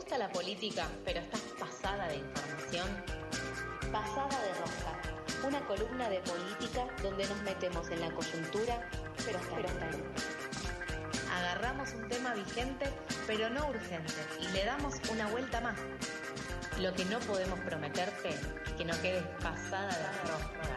gusta la política, pero estás pasada de información? Pasada de Rosca, una columna de política donde nos metemos en la coyuntura, pero hasta ahí. Agarramos un tema vigente, pero no urgente, y le damos una vuelta más. Lo que no podemos prometerte es que no quedes pasada de rosca.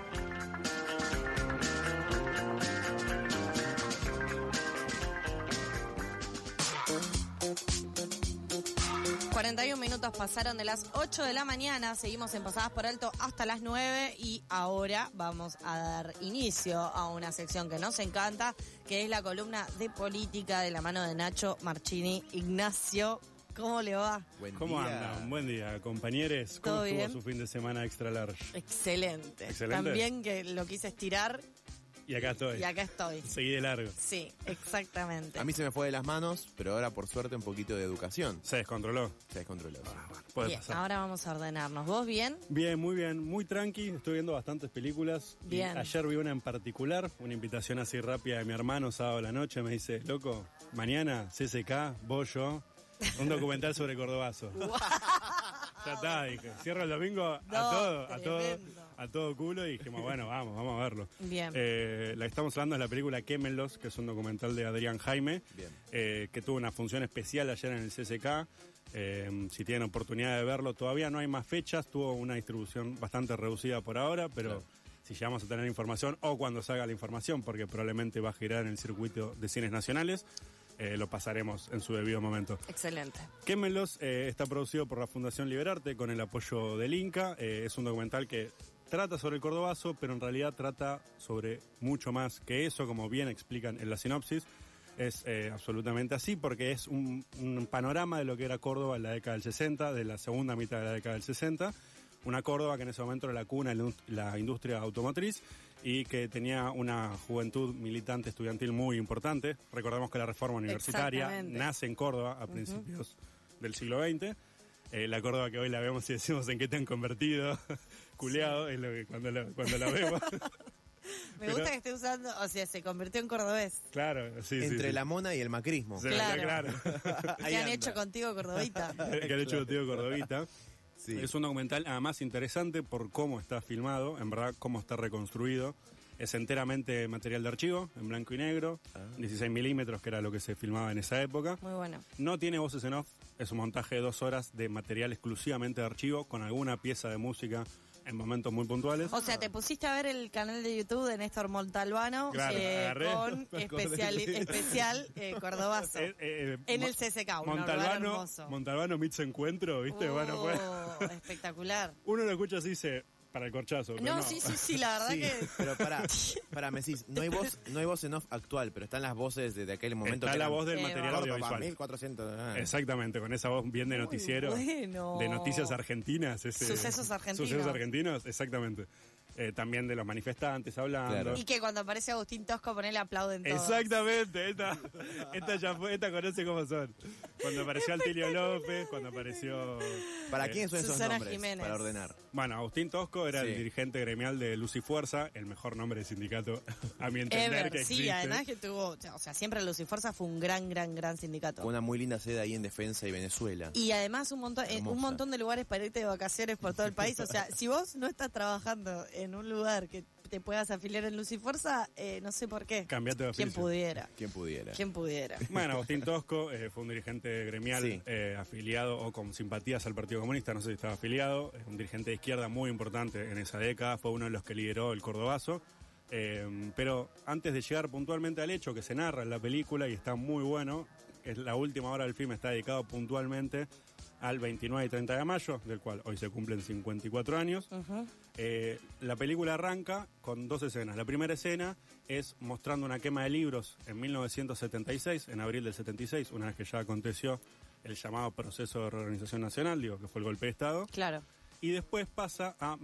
41 minutos pasaron de las 8 de la mañana, seguimos en Pasadas por Alto hasta las 9 y ahora vamos a dar inicio a una sección que nos encanta, que es la columna de política de la mano de Nacho Marchini. Ignacio, ¿cómo le va? ¿Cómo andan? Buen día, compañeros. ¿Cómo ¿Todo estuvo bien? su fin de semana extra large? Excelente. ¿Excelente? También que lo quise estirar Y acá estoy. y acá estoy. Seguí de largo. Sí, exactamente. A mí se me fue de las manos, pero ahora por suerte un poquito de educación. Se descontroló. Se descontroló. Puede Bien, pasar. ahora vamos a ordenarnos. ¿Vos bien? Bien, muy tranqui. Estoy viendo bastantes películas. Y Bien. ayer vi una en particular, una invitación así rápida de mi hermano sábado a la noche. Me dice, loco, mañana CSK, vos, yo, un documental sobre Cordobazo. Ya está, dije. Cierro el domingo a todo culo y dijimos, bueno, vamos a verlo. Bien. La que estamos hablando es la película Quémenlos, que es un documental de Adrián Jaime, que tuvo una función especial ayer en el CSK. Si tienen oportunidad de verlo, todavía no hay más fechas, tuvo una distribución bastante reducida por ahora, pero Claro. si llegamos a tener información o cuando salga la información, porque probablemente va a girar en el circuito de cines nacionales, lo pasaremos en su debido momento. Excelente. Quémenlos está producido por la Fundación Liberarte con el apoyo del Inca. Es un documental que trata sobre el Cordobazo, pero en realidad trata sobre mucho más que eso, como bien explican en la sinopsis. Es absolutamente así porque es un panorama de lo que era Córdoba en la década del 60, de la segunda mitad de la década del 60. Una Córdoba que en ese momento era la cuna de la industria automotriz y que tenía una juventud militante estudiantil muy importante. Recordemos que la reforma universitaria Exactamente. nace en Córdoba a principios del siglo XX. La Córdoba que hoy la vemos y decimos en qué te han convertido, culeado, es lo que cuando la vemos. Me gusta que esté usando, o sea, se convirtió en cordobés. Claro, sí. Entre sí. la mona y el macrismo. Sí, Claro. Ahí ¿Qué han anda. hecho contigo, cordobita? Que han hecho contigo Cordovita. Sí. Es un documental además interesante por cómo está filmado, en verdad cómo está reconstruido. Es enteramente material de archivo, en blanco y negro, 16 milímetros, que era lo que se filmaba en esa época. Muy bueno. No tiene voces en off, es un montaje de 2 horas de material exclusivamente de archivo, con alguna pieza de música en momentos muy puntuales. O sea, te pusiste a ver el canal de YouTube de Néstor Montalbano Claro, agarré. con especial Cordobazo. En el CSK, un lugar hermoso. Montalbano Meets Encuentro, ¿viste? Bueno, pues, Espectacular. uno lo escucha así y dice, para el corchazo. pero No, sí, la verdad Sí, que... pero para, me decís, no hay voz en off actual, pero están las voces de aquel momento. Está que la eran voz del Pero- material Córdoba, audiovisual. 1400. Exactamente, con esa voz bien de Muy noticiero. bueno. De noticias argentinas. Sucesos argentinos. Sucesos argentinos, exactamente. También de los manifestantes hablando. Claro. Y que cuando aparece Agustín Tosco, ponele aplauden todos. Exactamente, esta ya fue, esta conoce cómo son. Cuando apareció Altilio López, cuando apareció... ¿Para quién son esos Susana nombres? Jiménez. Para ordenar. Bueno, Agustín Tosco era Sí. el dirigente gremial de Luz y Fuerza, el mejor nombre de sindicato, a mi entender, Ever, que sí, existe. además que tuvo, o sea, siempre Luz y Fuerza fue un gran sindicato. Con una muy linda sede ahí en Defensa y Venezuela. Y además un Hermosa. montón de lugares para irte de vacaciones por todo el país. O sea, si vos no estás trabajando en un lugar que te puedas afiliar en Luz y Fuerza, no sé por qué. Cambiate de ¿Quién oficio. pudiera? ¿Quién pudiera? ¿Quién pudiera? Bueno, Agustín Tosco fue un dirigente gremial Sí. afiliado o con simpatías al Partido Comunista, no sé si estaba afiliado, un dirigente de izquierda muy importante en esa década, fue uno de los que lideró el Cordobazo. Pero antes de llegar puntualmente al hecho que se narra en la película y está muy bueno, es la última hora del film está dedicado puntualmente al 29 y 30 de mayo, del cual hoy se cumplen 54 años. Ujú. La película arranca con 2 escenas. La primera escena es mostrando una quema de libros en 1976, en abril del 76, una vez que ya aconteció el llamado proceso de reorganización nacional, digo, que fue el golpe de Estado. Claro. Y después pasa a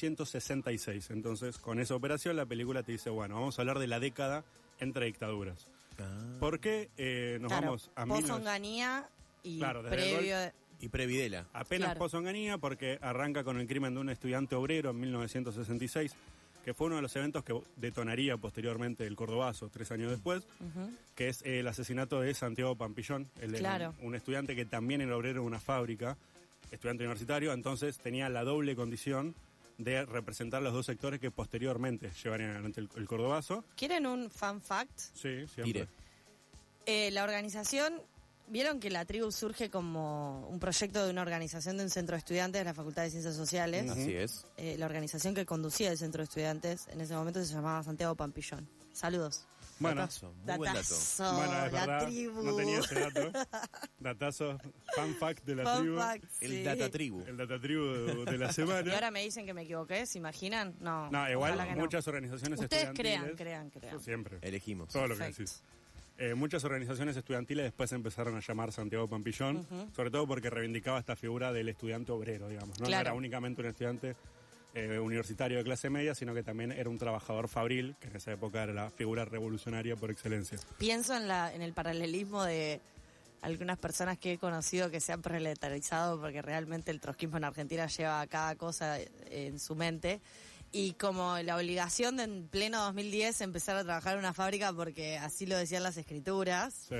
1966. Entonces, con esa operación, la película te dice, bueno, vamos a hablar de la década entre dictaduras. ¿Por qué nos Claro, vamos a Post-Onganía y Claro, desde el previo... Y Previdela. Apenas Claro. post-Onganía, porque arranca con el crimen de un estudiante obrero en 1966, que fue uno de los eventos que detonaría posteriormente el Cordobazo 3 años después, que es el asesinato de Santiago Pampillón, Claro. un estudiante que también era obrero de una fábrica, estudiante universitario, entonces tenía la doble condición de representar los dos sectores que posteriormente llevarían adelante el Cordobazo. ¿Quieren un fun fact? Sí, siempre. Tire. La organización, vieron que la tribu surge como un proyecto de una organización de un centro de estudiantes de la Facultad de Ciencias Sociales. Así es. La organización que conducía el centro de estudiantes en ese momento se llamaba Santiago Pampillón. Saludos. Bueno, Datazo, muy buen dato. Datazo, bueno, es la verdad, tribu. no tenía ese dato. Datazo, fun fact de la Fun tribu. fact, El sí. data tribu. El data tribu de la Y semana. ahora me dicen que me equivoqué, ¿se imaginan? No, No, igual ojalá que no. muchas organizaciones Ustedes estudiantiles. crean. Yo siempre. Elegimos. Todo lo que Perfecto. decís. Muchas organizaciones estudiantiles después empezaron a llamar Santiago Pampillón, sobre todo porque reivindicaba esta figura del estudiante obrero, digamos. No, Claro. No era únicamente un estudiante universitario de clase media, sino que también era un trabajador fabril, que en esa época era la figura revolucionaria por excelencia. Pienso en el paralelismo de algunas personas que he conocido que se han proletarizado porque realmente el trotskismo en Argentina lleva cada cosa en su mente. Y como la obligación de en pleno 2010 empezar a trabajar en una fábrica porque así lo decían las escrituras. Sí.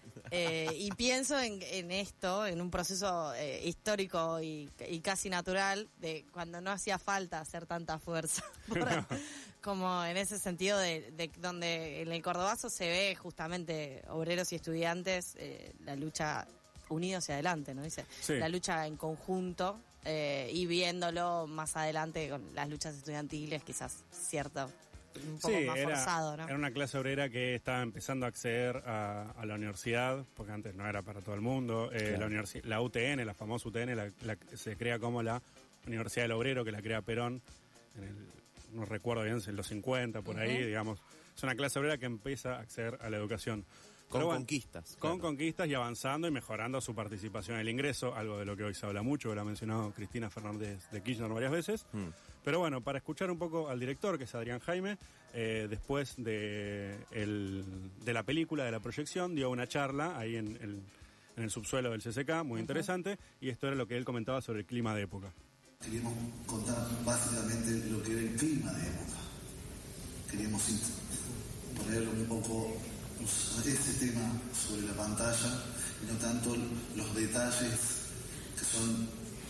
Y pienso en esto, en un proceso histórico y casi natural de cuando no hacía falta hacer tanta fuerza. Como en ese sentido de donde en el Cordobazo se ve justamente obreros y estudiantes la lucha unidos hacia adelante, ¿no? Dice, Sí. la lucha en conjunto y viéndolo más adelante con las luchas estudiantiles, quizás cierto, un poco Sí, más forzado, ¿no? era una clase obrera que estaba empezando a acceder a la universidad, porque antes no era para todo el mundo. La UTN, la famosa UTN, se crea como la Universidad del Obrero, que la crea Perón, no recuerdo bien, en los 50, por ahí, digamos. Es una clase obrera que empieza a acceder a la educación. Con Pero bueno, conquistas. Con claro. conquistas y avanzando y mejorando su participación en el ingreso, algo de lo que hoy se habla mucho, que lo ha mencionado Cristina Fernández de Kirchner varias veces. Pero bueno, para escuchar un poco al director, que es Adrián Jaime, después de la película, de la proyección, dio una charla ahí en el subsuelo del CCK, muy interesante, y esto era lo que él comentaba sobre el clima de época. Queríamos contar básicamente lo que era el clima de época. Queríamos poner un poco este tema sobre la pantalla y no tanto los detalles que son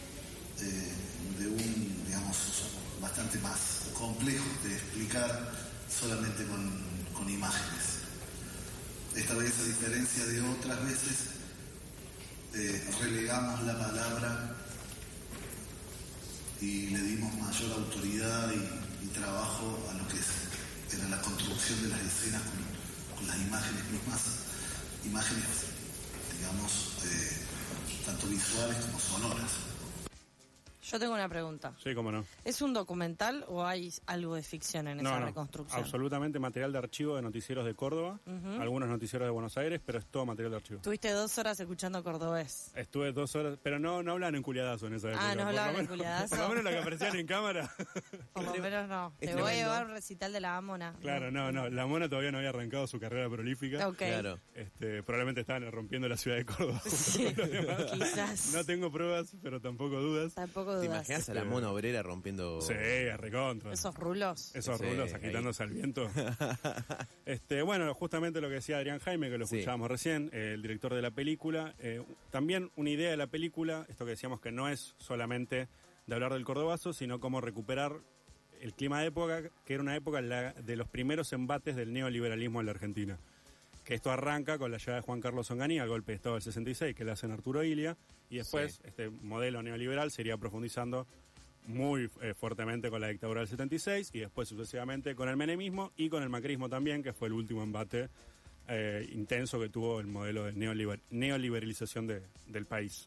de un, digamos, bastante más complejos de explicar solamente con imágenes. Esta vez, a diferencia de otras veces, relegamos la palabra y le dimos mayor autoridad y trabajo a lo que era la construcción de las escenas con las imágenes mismas, imágenes, digamos, tanto visuales como sonoras. Yo tengo una pregunta. Sí, cómo no. ¿Es un documental o hay algo de ficción en esa reconstrucción? Absolutamente material de archivo de noticieros de Córdoba, algunos noticieros de Buenos Aires, pero es todo material de archivo. Tuviste 2 horas escuchando cordobés. Estuve 2 horas, pero no hablan en culiadazo en esa época. ¿no Por hablaban lo en menos- culiadazo? Por lo menos lo que aparecían en cámara. Por lo menos no. es Te voy a tremendo. llevar a un recital de la Amona. Claro, no. La Mona todavía no había arrancado su carrera prolífica. Ok. Claro. Probablemente estaban rompiendo la ciudad de Córdoba. Sí, Los demás. quizás. No tengo pruebas, pero tampoco dudas. Tampoco ¿Te dudas. imaginas a la mona obrera rompiendo? Sí, a recontra. Esos rulos. Esos Sí, rulos ahí. agitándose al viento. Bueno, justamente lo que decía Adrián Jaime, que lo Sí. escuchábamos recién, el director de la película. También una idea de la película, esto que decíamos que no es solamente de hablar del Cordobazo, sino cómo recuperar el clima de época, que era una época de los primeros embates del neoliberalismo en la Argentina. Que esto arranca con la llegada de Juan Carlos Onganía al golpe de Estado del 66, que le hacen Arturo Illia, y después Sí. este modelo neoliberal se iría profundizando muy fuertemente con la dictadura del 76 y después sucesivamente con el menemismo y con el macrismo también, que fue el último embate intenso que tuvo el modelo de neoliberalización del país.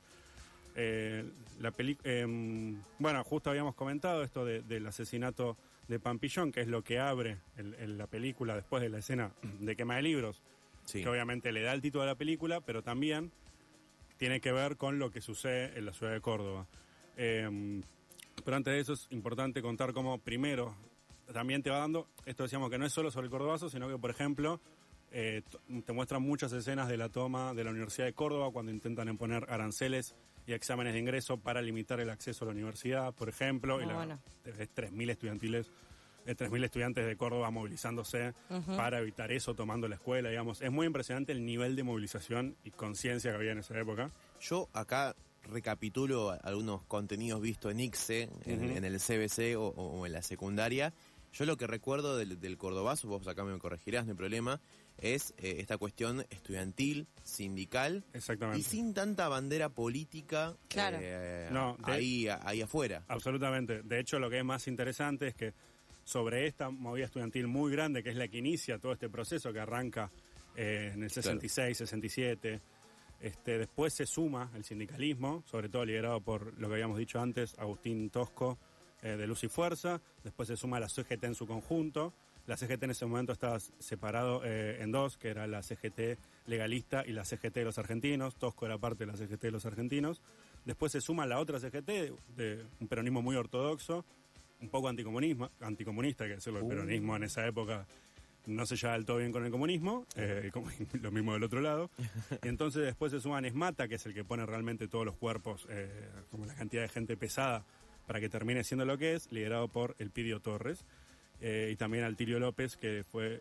Bueno, justo habíamos comentado esto del asesinato de Pampillón, que es lo que abre la película después de la escena de quema de libros, Sí. que obviamente le da el título a la película, pero también tiene que ver con lo que sucede en la ciudad de Córdoba. Pero antes de eso es importante contar cómo primero también te va dando, esto decíamos que no es solo sobre el Cordobazo, sino que por ejemplo te muestran muchas escenas de la toma de la Universidad de Córdoba cuando intentan imponer aranceles y exámenes de ingreso para limitar el acceso a la universidad, por ejemplo, Muy bueno. ves 3.000 estudiantiles 3.000 estudiantes de Córdoba movilizándose para evitar eso, tomando la escuela, digamos. Es muy impresionante el nivel de movilización y conciencia que había en esa época. Yo acá recapitulo algunos contenidos vistos en ICSE, en el CBC o en la secundaria. Yo lo que recuerdo del Cordobazo, vos acá me corregirás, no hay problema, es esta cuestión estudiantil, sindical, Exactamente. y sin tanta bandera política Claro. ahí afuera. Absolutamente. De hecho, lo que es más interesante es que sobre esta movida estudiantil muy grande, que es la que inicia todo este proceso, que arranca en el 66, 67, después se suma el sindicalismo, sobre todo liderado por lo que habíamos dicho antes, Agustín Tosco, de Luz y Fuerza. Después se suma la CGT en su conjunto. La CGT en ese momento estaba separado en dos, que era la CGT legalista y la CGT de los argentinos. Tosco era parte de la CGT de los argentinos. Después se suma la otra CGT, de un peronismo muy ortodoxo, un poco anticomunista, que decirlo, el peronismo en esa época no se llevaba del todo bien con el comunismo, lo mismo del otro lado. Y entonces después se suman Esmata, que es el que pone realmente todos los cuerpos, como la cantidad de gente pesada, para que termine siendo lo que es, liderado por Elpidio Torres, y también Atilio López, que fue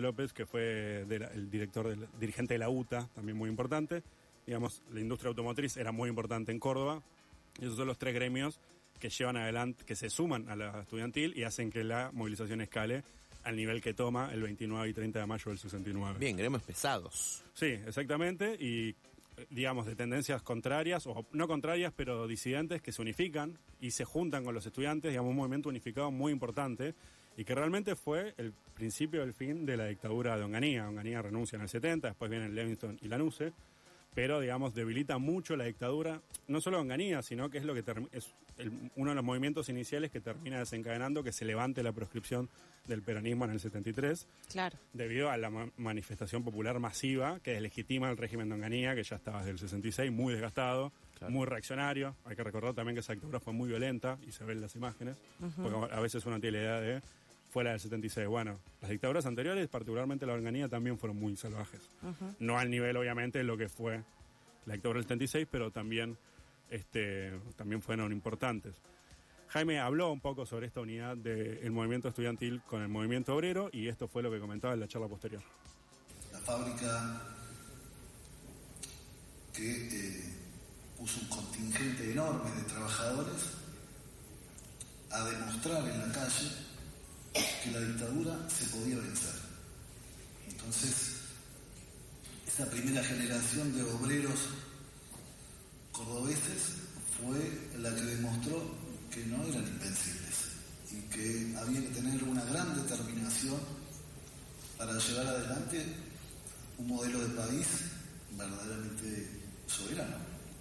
el dirigente de la UTA, también muy importante. Digamos, la industria automotriz era muy importante en Córdoba, y esos son los tres gremios que llevan adelante, que se suman a la estudiantil y hacen que la movilización escale al nivel que toma el 29 y 30 de mayo del 69. Bien, gremios pesados. Sí, exactamente, y digamos, de tendencias contrarias, o no contrarias, pero disidentes, que se unifican y se juntan con los estudiantes, digamos, un movimiento unificado muy importante, y que realmente fue el principio del fin de la dictadura de Onganía. Onganía renuncia en el 70, después vienen Levingston y Lanuse, pero, digamos, debilita mucho la dictadura, no solo Onganía, sino que es lo que uno de los movimientos iniciales que termina desencadenando que se levante la proscripción del peronismo en el 73, Claro. debido a la manifestación popular masiva que deslegitima el régimen de Onganía, que ya estaba desde el 66 muy desgastado, Claro. muy reaccionario. Hay que recordar también que esa dictadura fue muy violenta, y se ven en las imágenes, porque a veces uno tiene la idea de fue la del 76. Bueno, las dictaduras anteriores, particularmente la de Onganía, también fueron muy salvajes. No al nivel, obviamente, de lo que fue la dictadura del 76, pero también fueron importantes. Jaime habló un poco sobre esta unidad del movimiento estudiantil con el movimiento obrero, y esto fue lo que comentaba en la charla posterior. La fábrica que puso un contingente enorme de trabajadores a demostrar en la calle que la dictadura se podía vencer. Entonces, esa primera generación de obreros cordobeses fue la que demostró que no eran invencibles y que había que tener una gran determinación para llevar adelante un modelo de país verdaderamente soberano.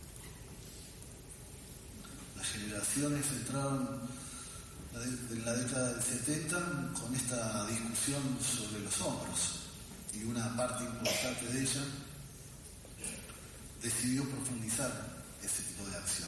Las generaciones entraron en la década del 70 con esta discusión sobre los hombros, y una parte importante de ella decidió profundizar ese tipo de acción.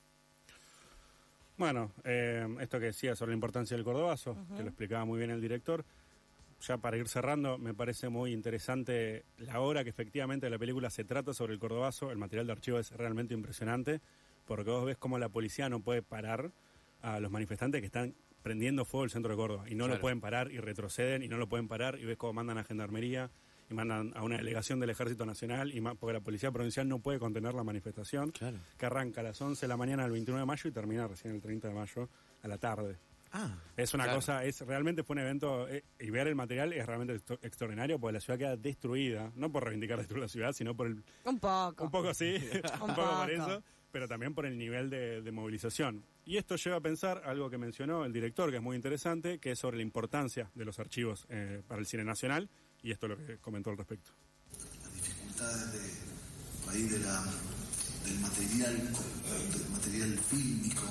Bueno, esto que decía sobre la importancia del Cordobazo, que lo explicaba muy bien el director. Ya para ir cerrando, me parece muy interesante la hora que efectivamente la película se trata sobre el Cordobazo. El material de archivo es realmente impresionante, porque vos ves cómo la policía no puede parar a los manifestantes que están prendiendo fuego el centro de Córdoba, y no lo pueden parar, y retroceden, y no lo pueden parar, y ves cómo mandan a Gendarmería, y mandan a una delegación del Ejército Nacional, porque la Policía Provincial no puede contener la manifestación, que arranca a las 11 de la mañana del 29 de mayo y termina recién el 30 de mayo a la tarde. Es una cosa, realmente fue un evento, y ver el material es realmente extraordinario, porque la ciudad queda destruida, no por reivindicar destruir la ciudad, sino por Un poco sí, un poco por eso, pero también por el nivel de movilización. Y esto lleva a pensar algo que mencionó el director, que es muy interesante, que es sobre la importancia de los archivos para el cine nacional, y esto es lo que comentó al respecto. Las dificultades del material fílmico,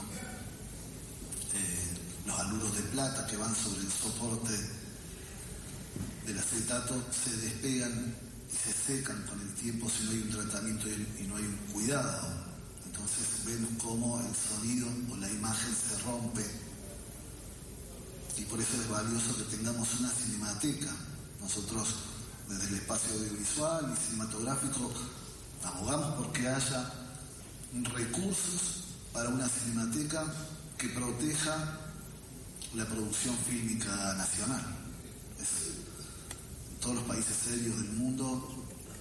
los aluros de plata que van sobre el soporte del acetato se despegan y se secan con el tiempo si no hay un tratamiento y no hay un cuidado. Entonces vemos cómo el sonido o la imagen se rompe, y por eso es valioso que tengamos una cinemateca. Nosotros, desde el espacio audiovisual y cinematográfico, abogamos porque haya recursos para una cinemateca que proteja la producción fílmica nacional. Todos los países serios del mundo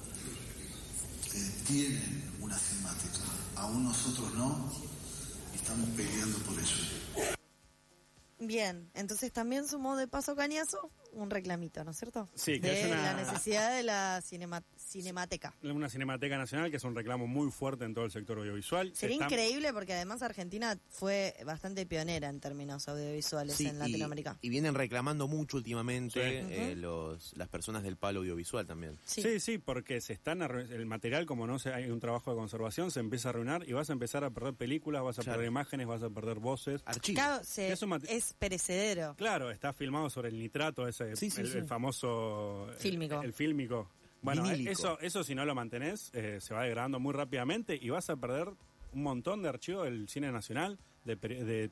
tienen una cinemática, aún nosotros no, y estamos peleando por ello. Bien, entonces también sumó de paso Cañazo un reclamito, ¿no es cierto? Sí, que de es la necesidad de la cinemateca. Una Cinemateca Nacional, que es un reclamo muy fuerte en todo el sector audiovisual. Sería increíble porque además Argentina fue bastante pionera en términos audiovisuales en Latinoamérica. Y vienen reclamando mucho últimamente las personas del palo audiovisual también. Sí, porque el material, como no hay un trabajo de conservación, se empieza a arruinar y vas a empezar a perder películas, vas a perder imágenes, vas a perder voces. Archivos. Claro, es perecedero. Claro, está filmado sobre el nitrato, el famoso... Fílmico. El fílmico. Bueno, Vinílico. eso si no lo mantenés, se va degradando muy rápidamente y vas a perder un montón de archivos del cine nacional, de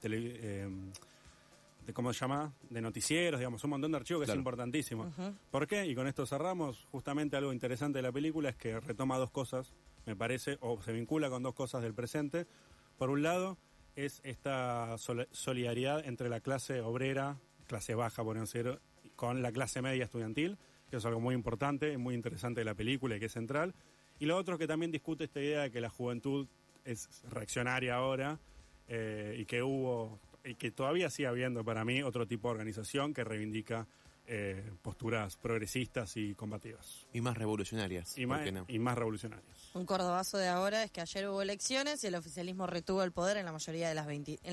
¿cómo se llama? De noticieros, digamos, un montón de archivos que es importantísimo. ¿Por qué? Y con esto cerramos. Justamente algo interesante de la película es que retoma dos cosas, me parece, o se vincula con dos cosas del presente. Por un lado, es esta solidaridad entre la clase obrera, clase baja, por decirlo, con la clase media estudiantil, que es algo muy importante, muy interesante de la película y que es central. Y lo otro es que también discute esta idea de que la juventud es reaccionaria ahora y que todavía sigue habiendo para mí otro tipo de organización que reivindica posturas progresistas y combativas. Y más revolucionarias. Y más revolucionarias. Un cordobazo de ahora es que ayer hubo elecciones y el oficialismo retuvo el poder en la mayoría de las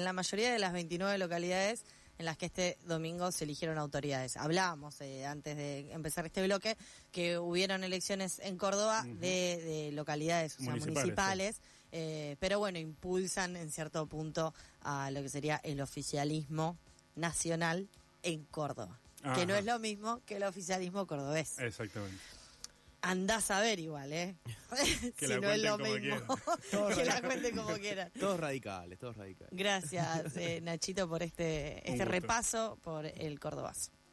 29 localidades en las que este domingo se eligieron autoridades. Hablábamos antes de empezar este bloque que hubieron elecciones en Córdoba de localidades, o sea, municipales, pero bueno, impulsan en cierto punto a lo que sería el oficialismo nacional en Córdoba, que no es lo mismo que el oficialismo cordobés. Exactamente. Andás a ver igual, Que si la no es lo cuenten mismo. Que la cuenten como quieran. Todos radicales. Gracias, Nachito, por este repaso por el cordobazo.